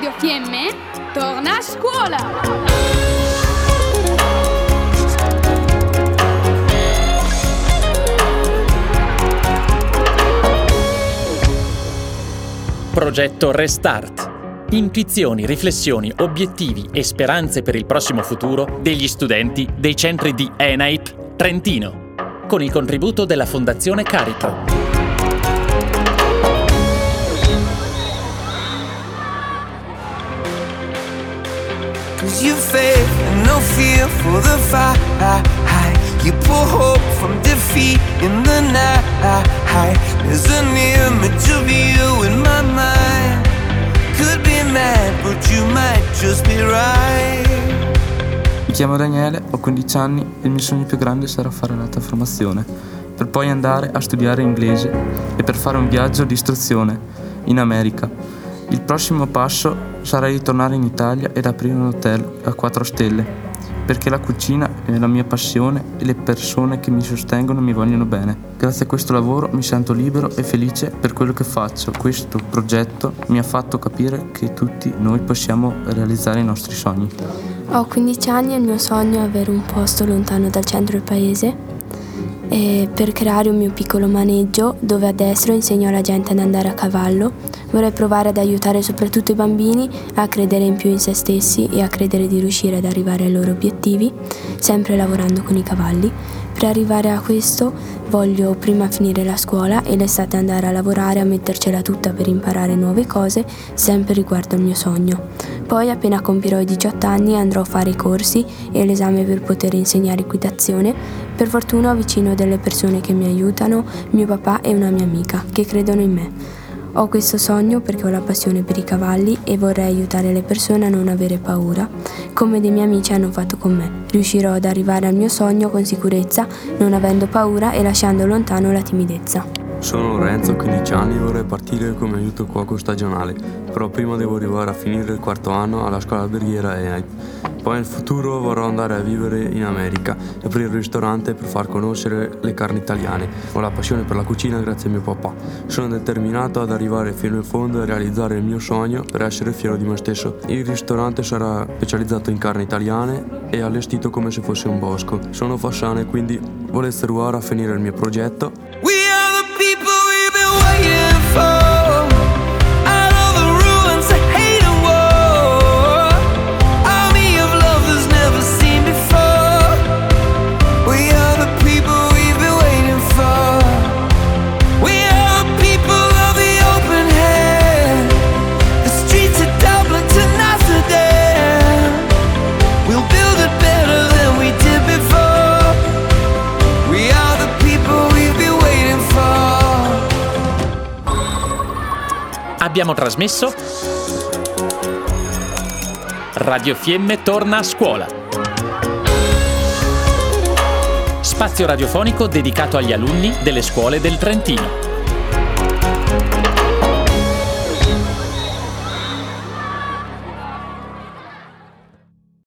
Radio Fiemme torna a scuola! Progetto Restart. Intuizioni, riflessioni, obiettivi e speranze per il prossimo futuro degli studenti dei centri di ENAIP Trentino, con il contributo della Fondazione Carito. Cause you faith and no fear for the fight. You pull hope from defeat in the night. There's an image of you in my mind. Could be mad, but you might just be right. Mi chiamo Daniele, ho 15 anni e il mio sogno più grande sarà fare l'alta formazione, per poi andare a studiare inglese e per fare un viaggio di istruzione in America. Il prossimo passo sarà ritornare in Italia ed aprire un hotel a 4 stelle, perché la cucina è la mia passione e le persone che mi sostengono mi vogliono bene. Grazie a questo lavoro mi sento libero e felice per quello che faccio. Questo progetto mi ha fatto capire che tutti noi possiamo realizzare i nostri sogni. Ho 15 anni e il mio sogno è avere un posto lontano dal centro del paese e per creare un mio piccolo maneggio dove a destro insegno alla gente ad andare a cavallo. Vorrei provare ad aiutare soprattutto i bambini a credere in più in se stessi e a credere di riuscire ad arrivare ai loro obiettivi, sempre lavorando con i cavalli. Per arrivare a questo voglio prima finire la scuola e l'estate andare a lavorare, a mettercela tutta per imparare nuove cose, sempre riguardo al mio sogno. Poi appena compierò i 18 anni andrò a fare i corsi e l'esame per poter insegnare equitazione. Per fortuna ho vicino delle persone che mi aiutano, mio papà e una mia amica, che credono in me. Ho questo sogno perché ho la passione per i cavalli e vorrei aiutare le persone a non avere paura, come dei miei amici hanno fatto con me. Riuscirò ad arrivare al mio sogno con sicurezza, non avendo paura e lasciando lontano la timidezza. Sono Lorenzo, ho 15 anni e vorrei partire come aiuto cuoco stagionale, però prima devo arrivare a finire il 4º anno alla scuola alberghiera ENAIP. Poi nel futuro vorrò andare a vivere in America e aprire un ristorante per far conoscere le carni italiane. Ho la passione per la cucina grazie a mio papà. Sono determinato ad arrivare fino in fondo e realizzare il mio sogno per essere fiero di me stesso. Il ristorante sarà specializzato in carni italiane e allestito come se fosse un bosco. Sono Fassane, quindi volesse ruare a finire il mio progetto. We are the people we've been waiting for. Out of the ruins of hate and war, army of love that's never seen before. We are the people we've been waiting for. We are the people of the open hand. The streets of Dublin to Amsterdam. We'll build it better than we did before. We are the people we've been waiting for. Abbiamo trasmesso Radio Fiemme torna a scuola. Spazio radiofonico dedicato agli alunni delle scuole del Trentino.